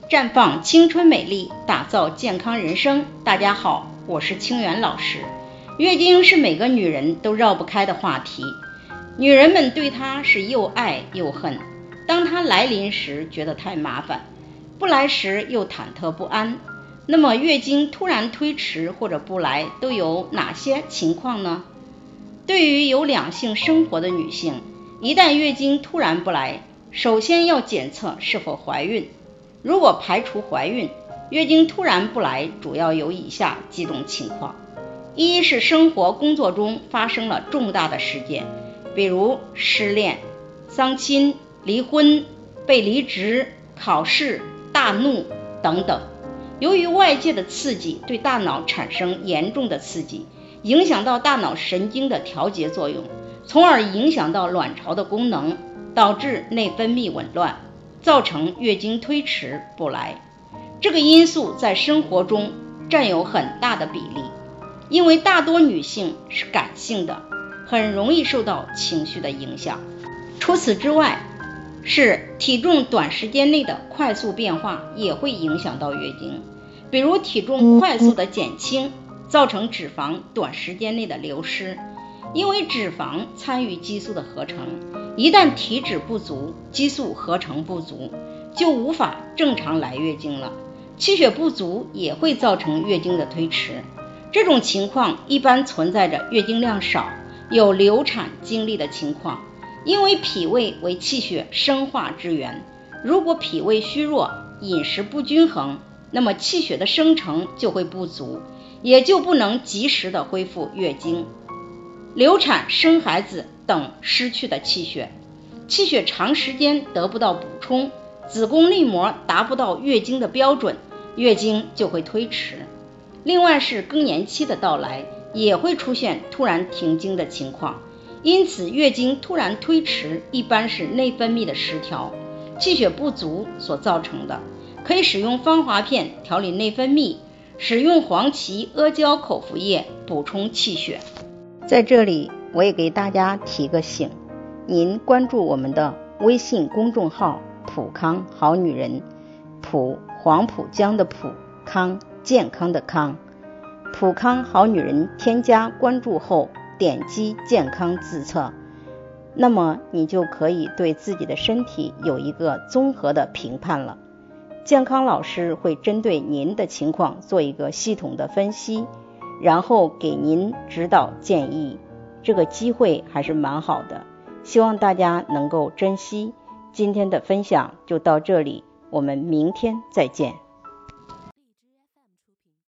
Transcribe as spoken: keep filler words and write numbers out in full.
绽放青春美丽，打造健康人生。大家好，我是清源老师。月经是每个女人都绕不开的话题，女人们对它是又爱又恨。当它来临时觉得太麻烦，不来时又忐忑不安。那么月经突然推迟或者不来都有哪些情况呢？对于有两性生活的女性，一旦月经突然不来，首先要检测是否怀孕。如果排除怀孕，月经突然不来主要有以下几种情况。一是生活工作中发生了重大的事件，比如失恋、丧亲、离婚、被离职、考试、大怒等等。由于外界的刺激对大脑产生严重的刺激，影响到大脑神经的调节作用，从而影响到卵巢的功能，导致内分泌紊乱，造成月经推迟不来。这个因素在生活中占有很大的比例，因为大多女性是感性的，很容易受到情绪的影响。除此之外，是体重短时间内的快速变化也会影响到月经，比如体重快速的减轻，造成脂肪短时间内的流失。因为脂肪参与激素的合成，一旦体脂不足，激素合成不足，就无法正常来月经了。气血不足也会造成月经的推迟。这种情况一般存在着月经量少、有流产经历的情况。因为脾胃为气血生化之源，如果脾胃虚弱、饮食不均衡，那么气血的生成就会不足，也就不能及时的恢复月经。流产、生孩子等失去的气血，气血长时间得不到补充，子宫内膜达不到月经的标准，月经就会推迟。另外是更年期的到来，也会出现突然停经的情况。因此月经突然推迟一般是内分泌的失调、气血不足所造成的。可以使用芳华片调理内分泌，使用黄芪、阿胶口服液补充气血。在这里我也给大家提个醒，您关注我们的微信公众号普康好女人，普黄浦江的普，康健康的康，普康好女人添加关注后点击健康自测，那么你就可以对自己的身体有一个综合的评判了。健康老师会针对您的情况做一个系统的分析，然后给您指导建议。这个机会还是蛮好的，希望大家能够珍惜。今天的分享就到这里，我们明天再见。